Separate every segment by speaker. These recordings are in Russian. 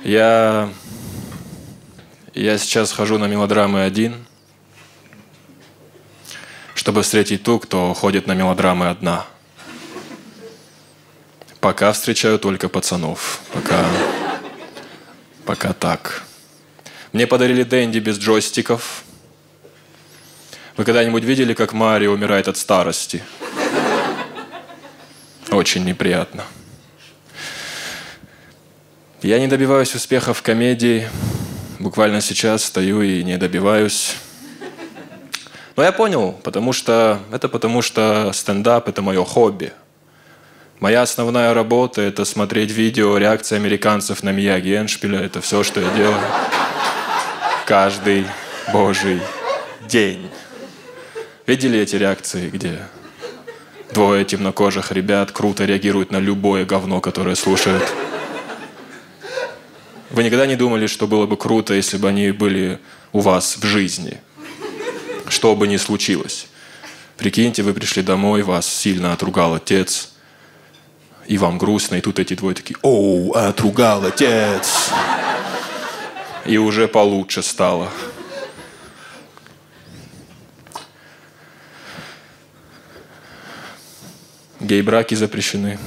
Speaker 1: Я сейчас хожу на мелодрамы один, чтобы встретить ту, кто ходит на мелодрамы одна. Пока встречаю только пацанов. Пока так. Мне подарили Дэнди без джойстиков. Вы когда-нибудь видели, как Марио умирает от старости? Очень неприятно. Я не добиваюсь успеха в комедии. Буквально сейчас стою и не добиваюсь. Но я понял, потому что стендап – это мое хобби. Моя основная работа – это смотреть видео реакции американцев на Мияги Эндшпиля. Это все, что я делаю. Каждый божий день. Видели эти реакции, где двое темнокожих ребят круто реагируют на любое говно, которое слушают? Вы никогда не думали, что было бы круто, если бы они были у вас в жизни? Что бы ни случилось. Прикиньте, вы пришли домой, вас сильно отругал отец, и вам грустно, и тут эти двое такие: «Оу, отругал отец!» И уже получше стало. Гей-браки запрещены.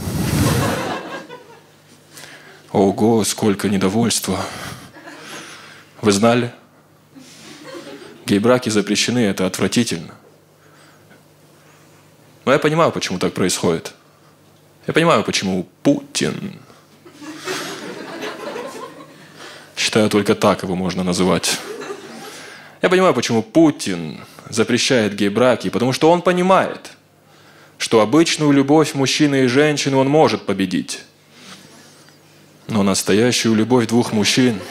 Speaker 1: Ого, сколько недовольства. Вы знали? Гей-браки запрещены, это отвратительно. Но я понимаю, почему так происходит. Я понимаю, почему Путин. Считаю, только так его можно называть. Я понимаю, почему Путин запрещает гей-браки, потому что он понимает, что обычную любовь мужчины и женщины он может победить. Но настоящую любовь двух мужчин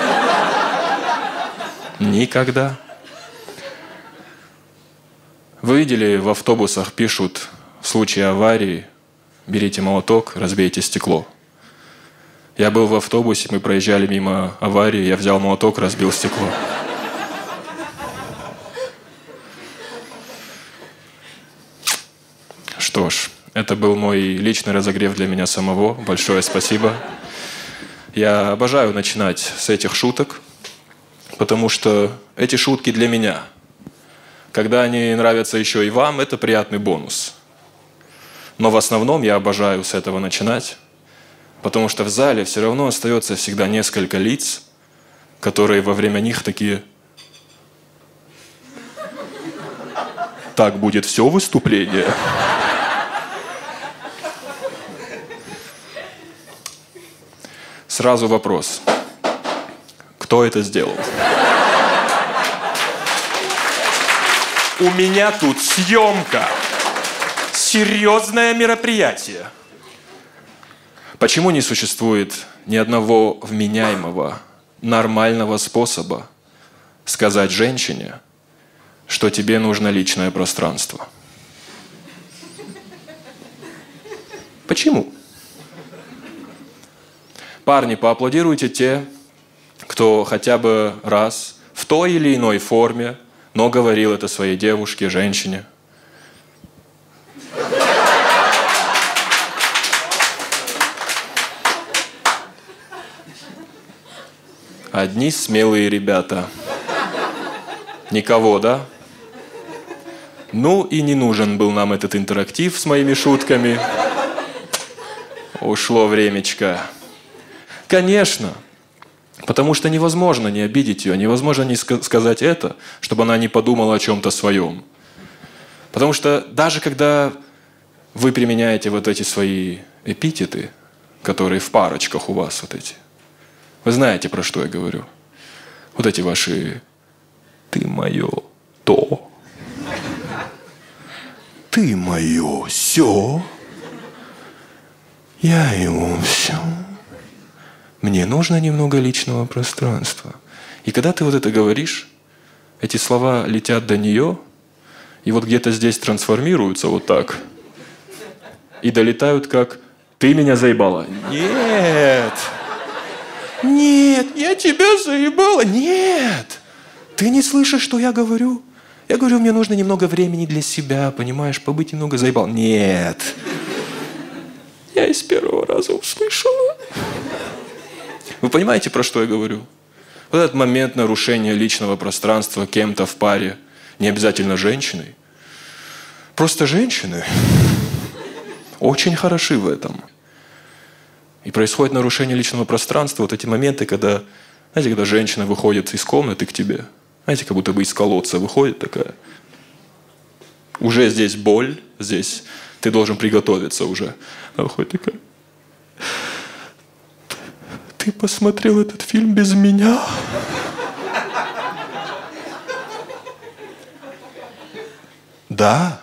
Speaker 1: никогда. Вы видели, в автобусах пишут: в случае аварии берите молоток, разбейте стекло. Я был в автобусе, мы проезжали мимо аварии, я взял молоток, разбил стекло. Что ж, это был мой личный разогрев для меня самого. Большое спасибо. Я обожаю начинать с этих шуток, потому что эти шутки для меня. Когда они нравятся еще и вам, это приятный бонус. Но в основном я обожаю с этого начинать, потому что в зале все равно остается всегда несколько лиц, которые во время них такие: «Так будет все выступление?» Сразу вопрос. Кто это сделал? У меня тут съемка. Серьезное мероприятие. Почему не существует ни одного вменяемого, нормального способа сказать женщине, что тебе нужно личное пространство? Почему? Парни, поаплодируйте те, кто хотя бы раз в той или иной форме, но говорил это своей девушке, женщине. Одни смелые ребята. Никого, да? Ну и не нужен был нам этот интерактив с моими шутками. Ушло времечко. Конечно, потому что невозможно не обидеть ее, невозможно не сказать это, чтобы она не подумала о чем-то своем. Потому что даже когда вы применяете вот эти свои эпитеты, которые в парочках у вас вот эти, вы знаете, про что я говорю. Вот эти ваши «ты мое то», «ты мое сё», «я ему все». Мне нужно немного личного пространства. И когда ты вот это говоришь, эти слова летят до нее, и вот где-то здесь трансформируются вот так, и долетают как «ты меня заебала». Нет! Нет, я тебя заебала. Нет! Ты не слышишь, что я говорю? Я говорю, мне нужно немного времени для себя, понимаешь, побыть немного заебал. Нет! Я из первого раза услышала. Вы понимаете, про что я говорю? Вот этот момент нарушения личного пространства кем-то в паре, не обязательно женщиной. Просто женщины очень хороши в этом. И происходит нарушение личного пространства, вот эти моменты, когда, знаете, когда женщина выходит из комнаты к тебе, знаете, как будто бы из колодца выходит такая. Уже здесь боль, здесь ты должен приготовиться уже. Она выходит такая. Ты посмотрел этот фильм без меня? Да.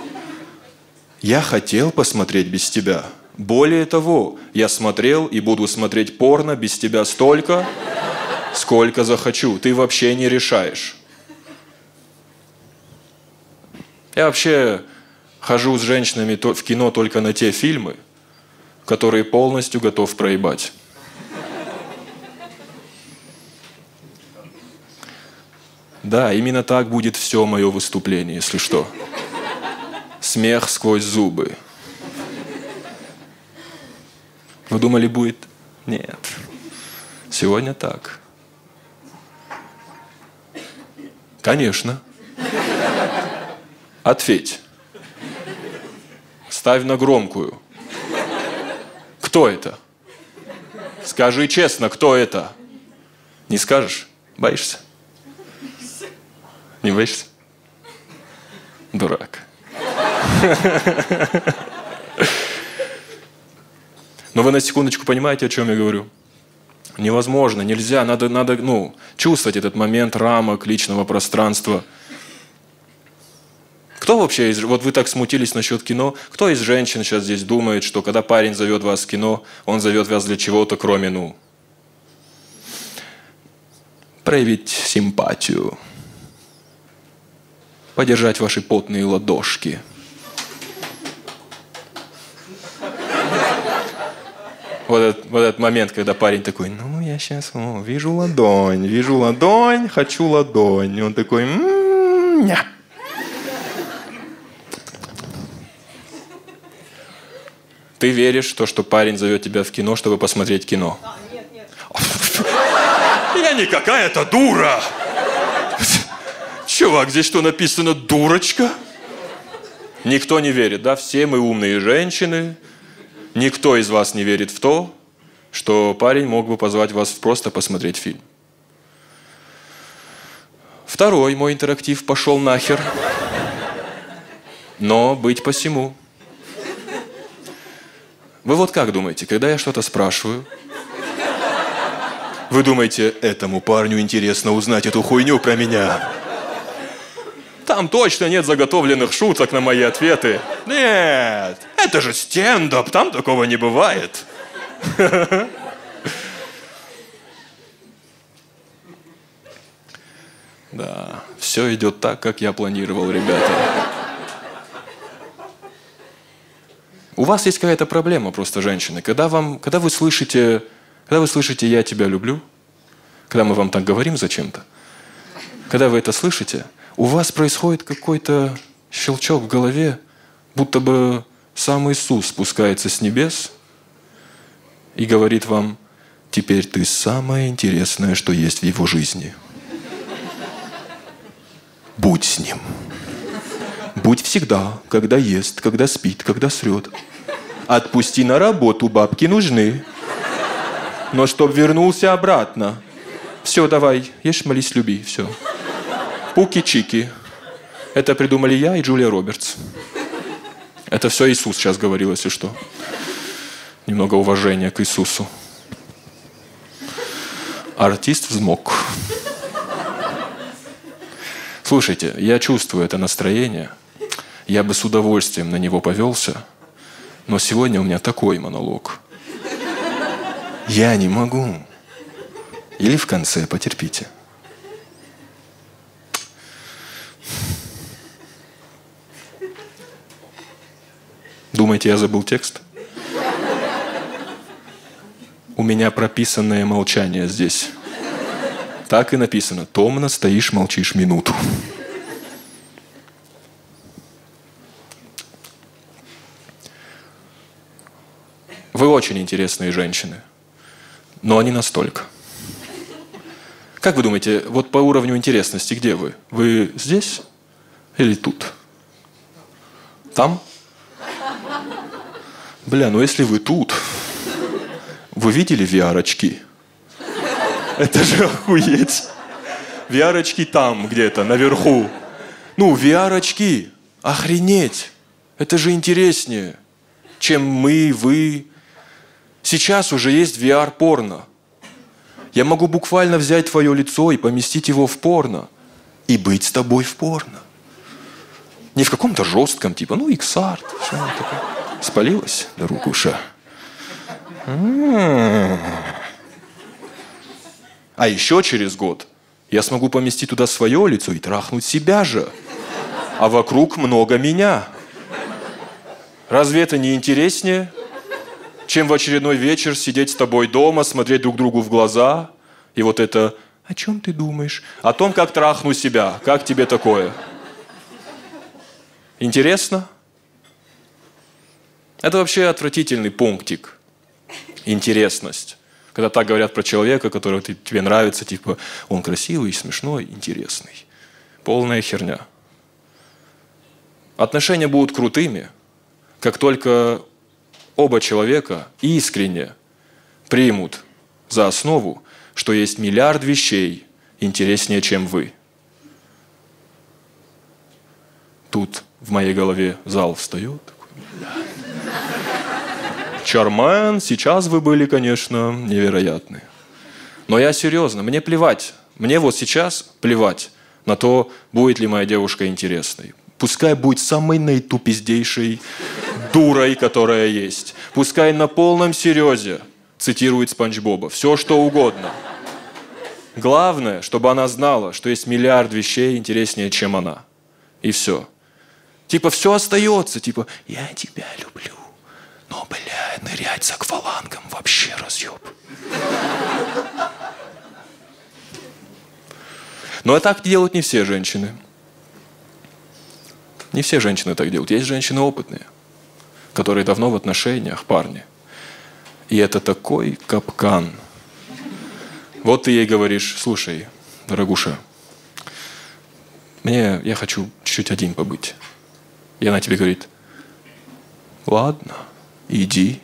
Speaker 1: Я хотел посмотреть без тебя. Более того, я смотрел и буду смотреть порно без тебя столько, сколько захочу. Ты вообще не решаешь. Я вообще хожу с женщинами в кино только на те фильмы, которые полностью готов проебать. Да, именно так будет все мое выступление, если что. Смех сквозь зубы. Вы думали, будет? Нет. Сегодня так. Конечно. Ответь. Ставь на громкую. Кто это? Скажи честно, кто это? Не скажешь? Боишься? Не боишься? Дурак. Но вы на секундочку понимаете, о чем я говорю? Невозможно, нельзя, надо чувствовать этот момент рамок личного пространства. Кто вообще вот вы так смутились насчет кино, кто из женщин сейчас здесь думает, что когда парень зовет вас в кино, он зовет вас для чего-то, кроме, проявить симпатию, подержать ваши потные ладошки. Вот этот момент, когда парень такой, я сейчас вижу ладонь, хочу ладонь. И он такой, ня. Ты веришь в то, что парень зовет тебя в кино, чтобы посмотреть кино?
Speaker 2: Нет.
Speaker 1: Я не какая-то дура. Чувак, здесь что написано? Дурочка? Никто не верит, да? Все мы умные женщины. Никто из вас не верит в то, что парень мог бы позвать вас просто посмотреть фильм. Второй мой интерактив пошел нахер. Но быть посему. Вы вот как думаете, когда я что-то спрашиваю, вы думаете, этому парню интересно узнать эту хуйню про меня? Там точно нет заготовленных шуток на мои ответы. Нет, это же стендап, там такого не бывает. Да, все идет так, как я планировал, ребята. У вас есть какая-то проблема просто, женщины. Когда вы слышите «я тебя люблю», когда мы вам так говорим зачем-то, когда вы это слышите, у вас происходит какой-то щелчок в голове, будто бы сам Иисус спускается с небес и говорит вам: теперь ты самое интересное, что есть в его жизни. Будь с ним. Будь всегда, когда ест, когда спит, когда срет. Отпусти на работу, бабки нужны. Но чтоб вернулся обратно. Все, давай, ешь, молись, люби, все. Пуки-чики. Это придумали я и Джулия Робертс. Это все Иисус сейчас говорил, если что. Немного уважения к Иисусу. Артист взмок. Слушайте, я чувствую это настроение. Я бы с удовольствием на него повелся. Но сегодня у меня такой монолог. Я не могу. Или в конце потерпите. Думаете, я забыл текст? У меня прописанное молчание здесь. Так и написано. Томно стоишь, молчишь минуту. Вы очень интересные женщины. Но не настолько. Как вы думаете, вот по уровню интересности где вы? Вы здесь или тут? Там? Бля, ну если вы тут, вы видели VR-очки? Это же охуеть. VR-очки там где-то, наверху. Ну, VR-очки. Охренеть. Это же интереснее, чем мы, вы. Сейчас уже есть VR-порно. Я могу буквально взять твое лицо и поместить его в порно. И быть с тобой в порно. Не в каком-то жестком, типа, ну, икс-арт. Спалилась, дорогуша? А еще через год я смогу поместить туда свое лицо и трахнуть себя же. А вокруг много меня. Разве это не интереснее, чем в очередной вечер сидеть с тобой дома, смотреть друг другу в глаза? И вот это «О чем ты думаешь?» О том, как трахну себя. Как тебе такое? Интересно? Это вообще отвратительный пунктик. Интересность. Когда так говорят про человека, который тебе нравится, типа, он красивый, смешной, интересный. Полная херня. Отношения будут крутыми, как только оба человека искренне примут за основу, что есть миллиард вещей интереснее, чем вы. Тут в моей голове зал встает. Чармен, сейчас вы были, конечно, невероятны. Но я серьезно, мне плевать. Мне вот сейчас плевать на то, будет ли моя девушка интересной. Пускай будет самой наитупиздейшей дурой, которая есть. Пускай на полном серьезе цитирует Спанч Боба. Все, что угодно. Главное, чтобы она знала, что есть миллиард вещей интереснее, чем она. И все. Типа все остается. Типа, я тебя люблю. Но, бля, нырять с аквалангом вообще разъеб. Но так делают не все женщины. Не все женщины так делают. Есть женщины опытные, которые давно в отношениях, парни. И это такой капкан. Вот ты ей говоришь: слушай, дорогуша, я хочу чуть-чуть один побыть. И она тебе говорит: ладно, иди.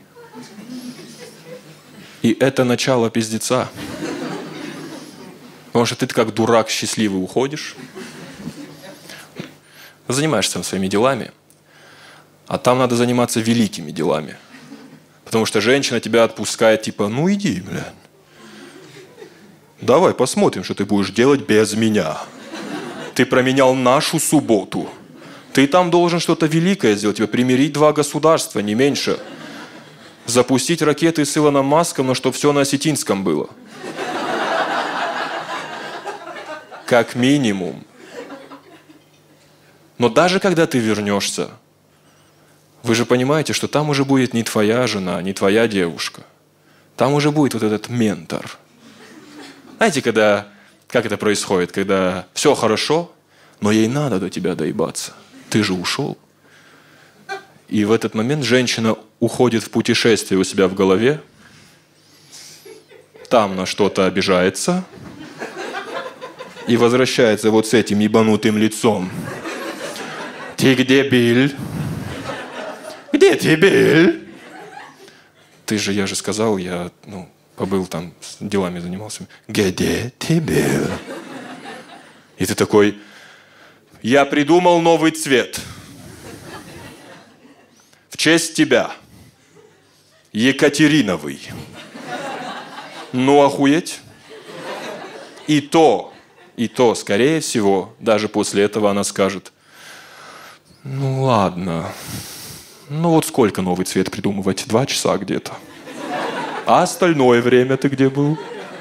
Speaker 1: И это начало пиздеца. Потому что ты как дурак счастливый уходишь, занимаешься своими делами, а там надо заниматься великими делами. Потому что женщина тебя отпускает, типа, ну иди, бля. Давай посмотрим, что ты будешь делать без меня. Ты променял нашу субботу. Ты там должен что-то великое сделать, типа примирить два государства, не меньше. Запустить ракеты с Илоном Маском, но чтобы все на осетинском было. Как минимум. Но даже когда ты вернешься, вы же понимаете, что там уже будет не твоя жена, не твоя девушка. Там уже будет вот этот ментор. Знаете, как это происходит? Когда все хорошо, но ей надо до тебя доебаться. Ты же ушел. И в этот момент женщина уходит в путешествие у себя в голове, там на что-то обижается и возвращается вот с этим ебанутым лицом. Ты где, Биль? Где ты, Биль? Я же сказал, я побыл там, с делами занимался. Где ты, Биль? И ты такой: я придумал новый цвет. В честь тебя. Екатериновый. Ну, охуеть. И то, скорее всего, даже после этого она скажет: ну, ладно. Ну, вот сколько новый цвет придумывать? 2 часа где-то. А остальное время ты где был?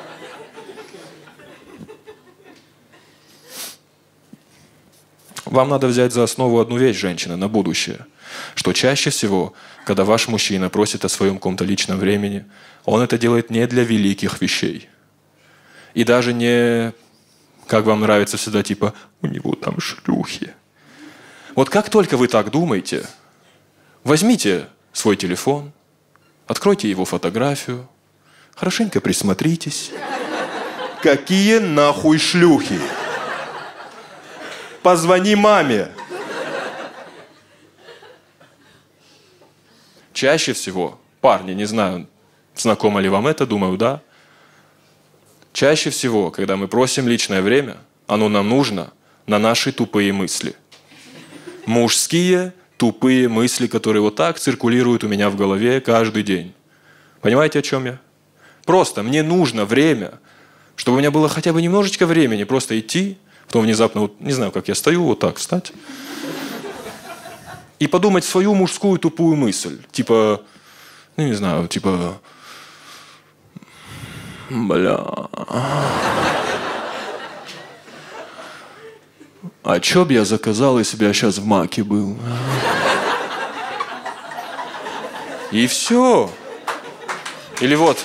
Speaker 1: Вам надо взять за основу одну вещь, женщина, на будущее. Что чаще всего, когда ваш мужчина просит о своем каком-то личном времени, он это делает не для великих вещей. И даже не, как вам нравится всегда, типа, у него там шлюхи. Вот как только вы так думаете, возьмите свой телефон, откройте его фотографию, Хорошенько присмотритесь. Какие нахуй шлюхи? Позвони маме. Чаще всего, парни, не знаю, знакомо ли вам это, думаю, да. Чаще всего, когда мы просим личное время, оно нам нужно на наши тупые мысли. Мужские тупые мысли, которые вот так циркулируют у меня в голове каждый день. Понимаете, о чем я? Просто мне нужно время, чтобы у меня было хотя бы немножечко времени просто идти, потом внезапно, вот, не знаю, как я стою, вот так встать, и подумать свою мужскую тупую мысль. Типа, ну не знаю, типа... Бля... А чё б я заказал, если бы я сейчас в Маке был? И все. Или вот...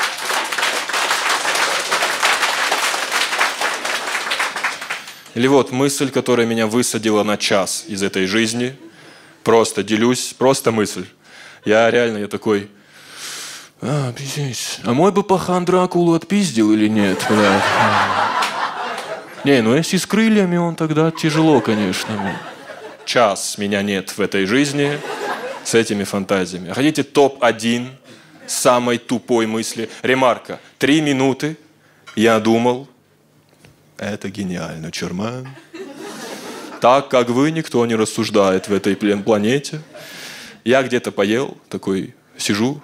Speaker 1: Или вот мысль, которая меня высадила на час из этой жизни. Просто делюсь, просто мысль. Я такой... пиздец. А мой бы пахан Дракулу отпиздил или нет, блядь? Не, ну если с крыльями, он тогда тяжело, конечно. Час меня нет в этой жизни с этими фантазиями. А хотите топ-1 самой тупой мысли? Ремарка. 3 минуты я думал, это гениально, Черман. Так, как вы, никто не рассуждает в этой планете. Я где-то поел, такой сижу.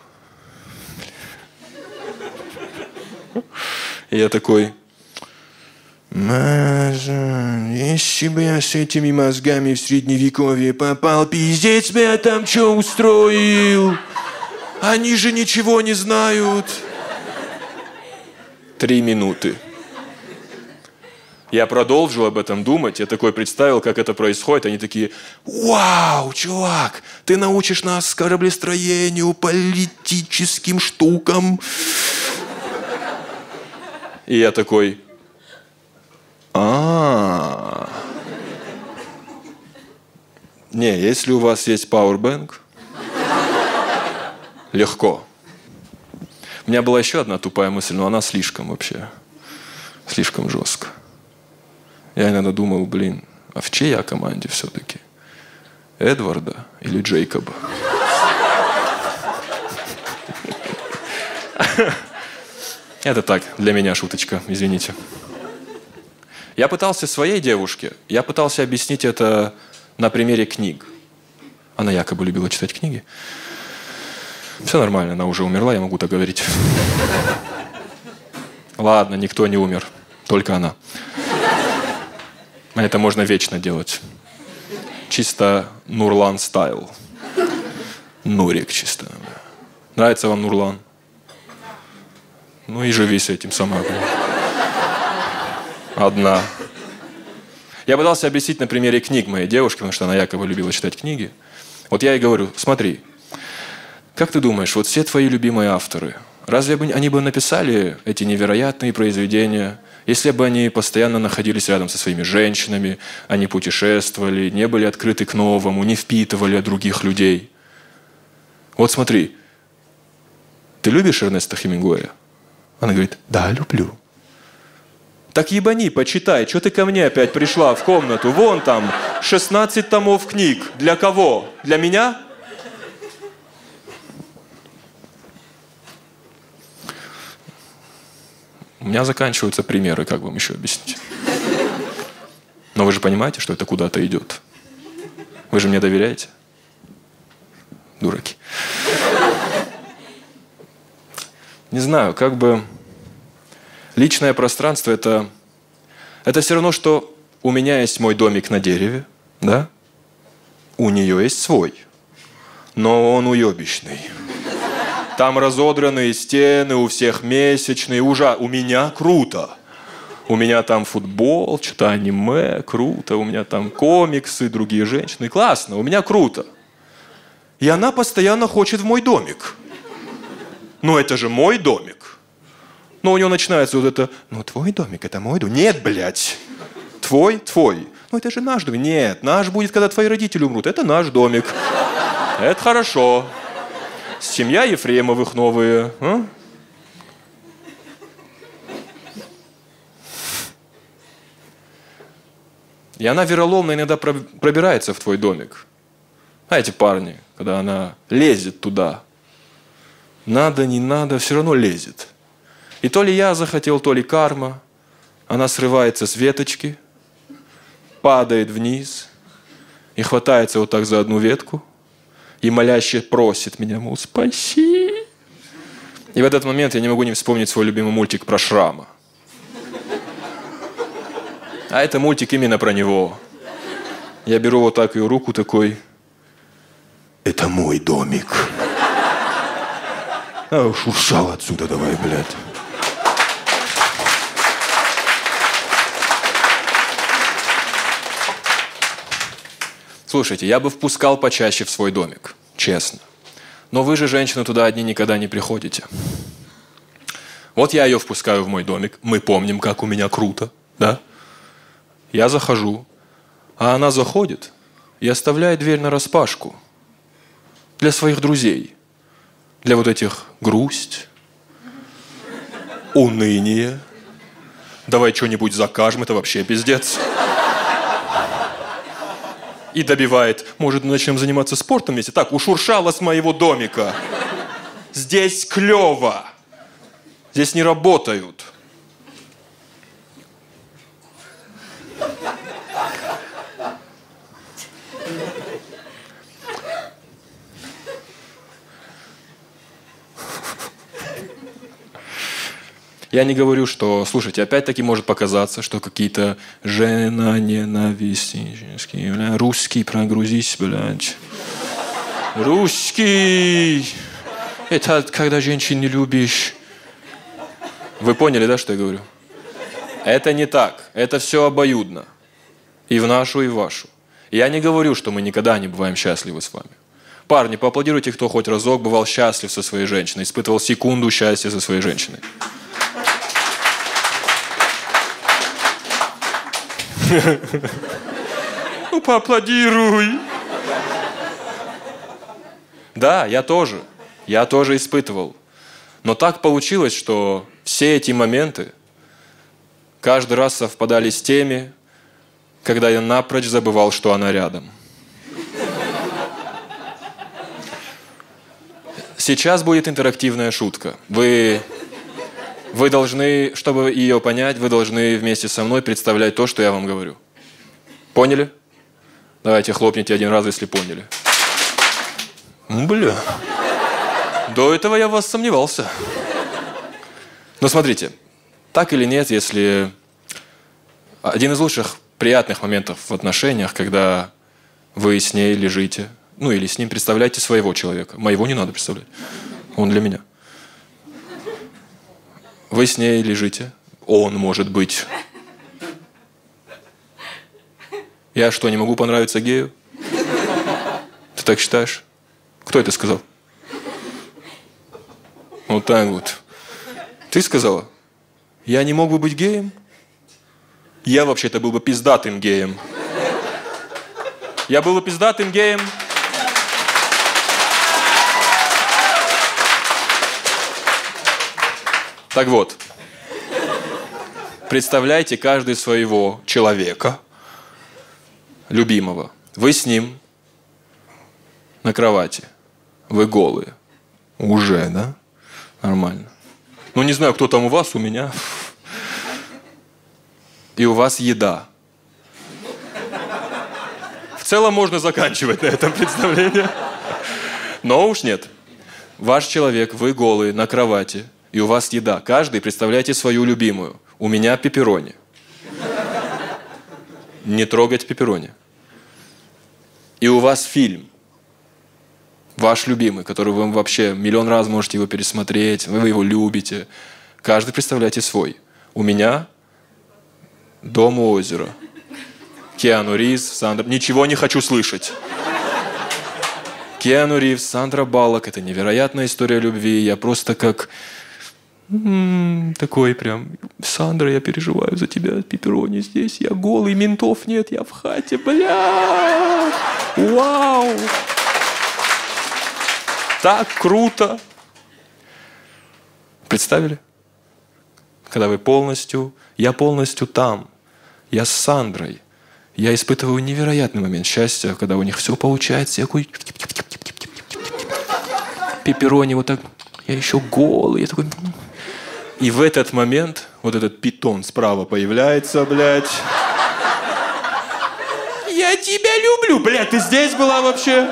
Speaker 1: И я такой... Если бы я с этими мозгами в Средневековье попал, пиздец бы я там что устроил? Они же ничего не знают. 3 минуты. Я продолжил об этом думать, я такой представил, как это происходит. Они такие: вау, чувак, ты научишь нас кораблестроению, политическим штукам. И я такой: Не, если у вас есть пауэрбэнк, легко. У меня была еще одна тупая мысль, но она слишком вообще, слишком жестко. Я иногда думал, а в чьей я команде все-таки? Эдварда или Джейкоба? Это так, для меня шуточка, извините. Я пытался своей девушке, объяснить это на примере книг. Она якобы любила читать книги. Все нормально, она уже умерла, я могу так говорить. Ладно, никто не умер, только она. Это можно вечно делать. Чисто Нурлан стайл. Нурик чисто. Нравится вам Нурлан? Ну и живи с этим сама. Одна. Я пытался объяснить на примере книг моей девушки, потому что она якобы любила читать книги. Вот я ей говорю: смотри, как ты думаешь, вот все твои любимые авторы, разве бы они бы написали эти невероятные произведения, если бы они постоянно находились рядом со своими женщинами, они путешествовали, не были открыты к новому, не впитывали других людей? Вот смотри, ты любишь Эрнеста Хемингуэя? Она говорит: да, люблю. Так ебани, почитай, что ты ко мне опять пришла в комнату? Вон там 16 томов книг. Для кого? Для меня? У меня заканчиваются примеры, как вам еще объяснить. Но вы же понимаете, что это куда-то идет. Вы же мне доверяете? Дураки. Не знаю, как бы... Личное пространство это все равно, что у меня есть мой домик на дереве, да? У нее есть свой, но он уебищный. Там разодранные стены, у всех месячные, ужасно. У меня круто. У меня там футбол, что-то аниме, круто. У меня там комиксы, другие женщины. Классно, у меня круто. И она постоянно хочет в мой домик. Ну это же мой домик. Но у него начинается вот это: ну твой домик, это мой домик. Нет, блядь. Твой. Ну это же наш домик. Нет, наш будет, когда твои родители умрут. Это наш домик. Это хорошо. Семья Ефремовых новые. И она вероломно иногда пробирается в твой домик. А эти парни, когда она лезет туда, надо, не надо, все равно лезет. И то ли я захотел, то ли карма. Она срывается с веточки, падает вниз и хватается вот так за одну ветку и моляще просит меня, мол, спаси. И в этот момент я не могу не вспомнить свой любимый мультик про Шрама. А это мультик именно про него. Я беру вот так ее руку такой. Это мой домик. А уж ушел отсюда давай, блядь. Слушайте, я бы впускал почаще в свой домик, честно. Но вы же, женщины, туда одни никогда не приходите. Вот я ее впускаю в мой домик. Мы помним, как у меня круто, да? Я захожу, а она заходит и оставляет дверь нараспашку для своих друзей. Для вот этих грусть, уныние. Давай что-нибудь закажем, это вообще пиздец. И добивает, может, мы начнем заниматься спортом вместе? Так, ушуршала с моего домика. Здесь клево. Здесь не работают. Я не говорю, что, слушайте, опять-таки может показаться, что какие-то жена-ненавистнические, русский, прогрузись, блядь. Русский! Это когда женщин не любишь. Вы поняли, да, что я говорю? Это не так. Это все обоюдно. И в нашу, и в вашу. Я не говорю, что мы никогда не бываем счастливы с вами. Парни, поаплодируйте, кто хоть разок бывал счастлив со своей женщиной, испытывал секунду счастья со своей женщиной. Ну, поаплодируй. Да, я тоже испытывал. Но так получилось, что все эти моменты каждый раз совпадали с теми, когда я напрочь забывал, что она рядом. Сейчас будет интерактивная шутка. Вы должны, чтобы ее понять, вы должны вместе со мной представлять то, что я вам говорю. Поняли? Давайте хлопните один раз, если поняли. Бля. До этого я в вас сомневался. Но смотрите, так или нет, если... Один из лучших приятных моментов в отношениях, когда вы с ней лежите, ну или с ним представляете своего человека. Моего не надо представлять. Он для меня. Вы с ней лежите. Он может быть. Я что, не могу понравиться гею? Ты так считаешь? Кто это сказал? Вот так вот. Ты сказала? Я не мог бы быть геем? Я вообще-то был бы пиздатым геем. Я был бы пиздатым геем. Так вот, представляйте каждый своего человека, любимого. Вы с ним на кровати. Вы голые. Уже, да? Нормально. Ну, не знаю, кто там у вас, у меня. И у вас еда. В целом можно заканчивать на этом представлении. Но уж нет. Ваш человек, вы голые, на кровати. И у вас еда. Каждый представляете свою любимую. У меня пепперони. Не трогать пепперони. И у вас фильм. Ваш любимый, который вы вообще миллион раз можете его пересмотреть. Вы его любите. Каждый представляете свой. У меня «Дом у озера». Киану Ривз, Сандра... Ничего не хочу слышать. Киану Ривз, Сандра Баллок. Это невероятная история любви. Я просто как... такой прям, Сандра, я переживаю за тебя, пепперони здесь, я голый, ментов нет, я в хате, бля, вау, так круто. Представили? Когда вы полностью, я полностью там, я с Сандрой, Я испытываю невероятный момент счастья, когда у них все получается. Я такой... Пепперони вот так... Я еще голый. Я такой... И в этот момент вот этот питон справа появляется, блядь. Я тебя люблю, блядь, ты здесь была вообще?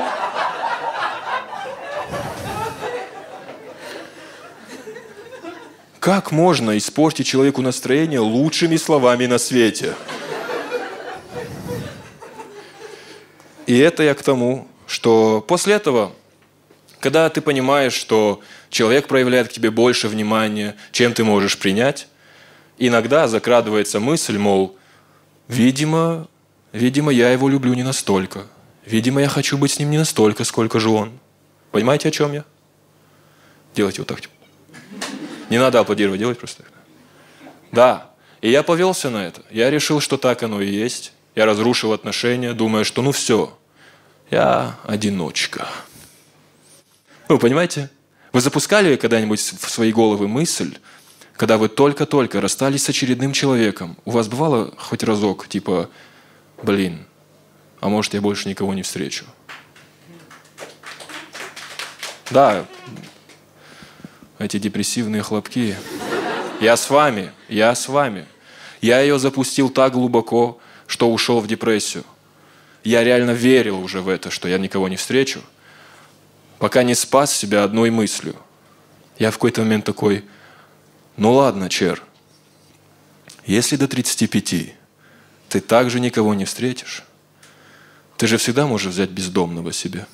Speaker 1: Как можно испортить человеку настроение лучшими словами на свете? И это я к тому, что после этого, когда ты понимаешь, что человек проявляет к тебе больше внимания, чем ты можешь принять, иногда закрадывается мысль, мол, видимо, я его люблю не настолько. Видимо, я хочу быть с ним не настолько, сколько же он. Понимаете, о чем я? Делайте вот так. Не надо аплодировать, делать просто. Да. И я повелся на это. Я решил, что так оно и есть. Я разрушил отношения, думая, что ну все, я одиночка. Вы понимаете? Вы запускали когда-нибудь в свои головы мысль, когда вы только-только расстались с очередным человеком? У вас бывало хоть разок, типа, блин, а может я больше никого не встречу? Да, эти депрессивные хлопки. Я с вами. Я ее запустил так глубоко, что ушел в депрессию. Я реально верил уже в это, что я никого не встречу, пока не спас себя одной мыслью. Я в какой-то момент такой, ну ладно, Чер, если до 35 ты также никого не встретишь, ты же всегда можешь взять бездомного себе.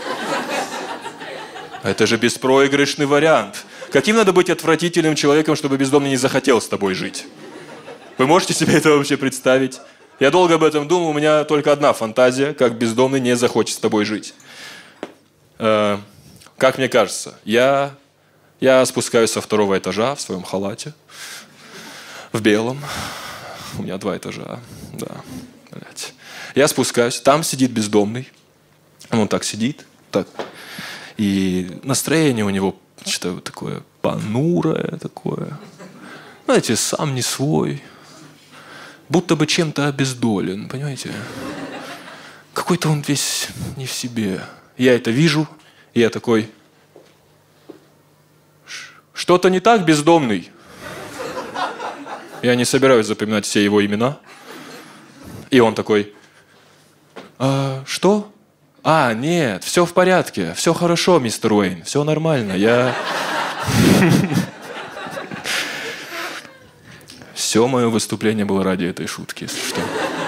Speaker 1: Это же беспроигрышный вариант. Каким надо быть отвратительным человеком, чтобы бездомный не захотел с тобой жить? Вы можете себе это вообще представить? Я долго об этом думал, у меня только одна фантазия, как бездомный не захочет с тобой жить. Как мне кажется, я спускаюсь со 2-го этажа в своем халате, в белом. У меня 2 этажа, да. Блядь. Я спускаюсь, там сидит бездомный. Он так сидит, так. И настроение у него что-то такое понурое такое. Знаете, сам не свой. Будто бы чем-то обездолен, понимаете? Какой-то он весь не в себе. Я это вижу, и я такой... Что-то не так, бездомный? Я не собираюсь запоминать все его имена. И он такой... Что? Нет, все в порядке, все хорошо, мистер Уэйн, все нормально, Все мое выступление было ради этой шутки, если что.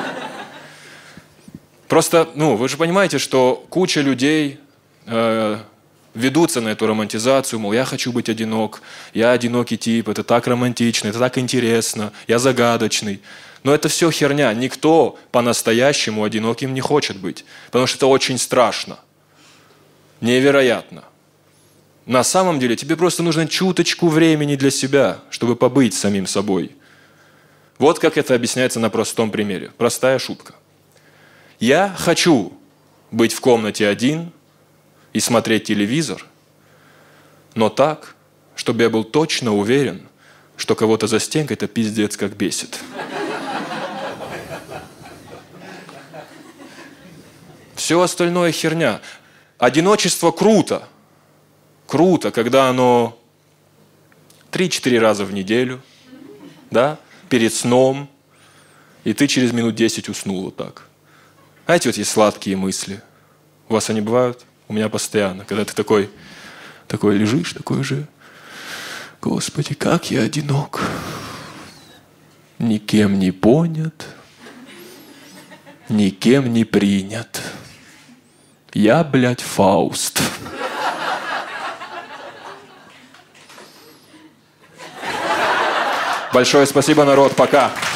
Speaker 1: Просто, вы же понимаете, что куча людей ведутся на эту романтизацию, мол, я хочу быть одинок, я одинокий тип, это так романтично, это так интересно, я загадочный. Но это все херня. Никто по-настоящему одиноким не хочет быть. Потому что это очень страшно. Невероятно. На самом деле тебе просто нужно чуточку времени для себя, чтобы побыть самим собой. Вот как это объясняется на простом примере. Простая шутка. Я хочу быть в комнате один и смотреть телевизор, но так, чтобы я был точно уверен, что кого-то за стенкой это пиздец как бесит. Все остальное херня. Одиночество круто. Круто, когда оно 3-4 раза в неделю, да, перед сном, и ты через минут 10 уснул вот так. Знаете, вот есть сладкие мысли. У вас они бывают? У меня постоянно. Когда ты такой лежишь, такой же, Господи, как я одинок. Никем не понят, никем не принят. Я, блядь, Фауст. Большое спасибо, народ. Пока.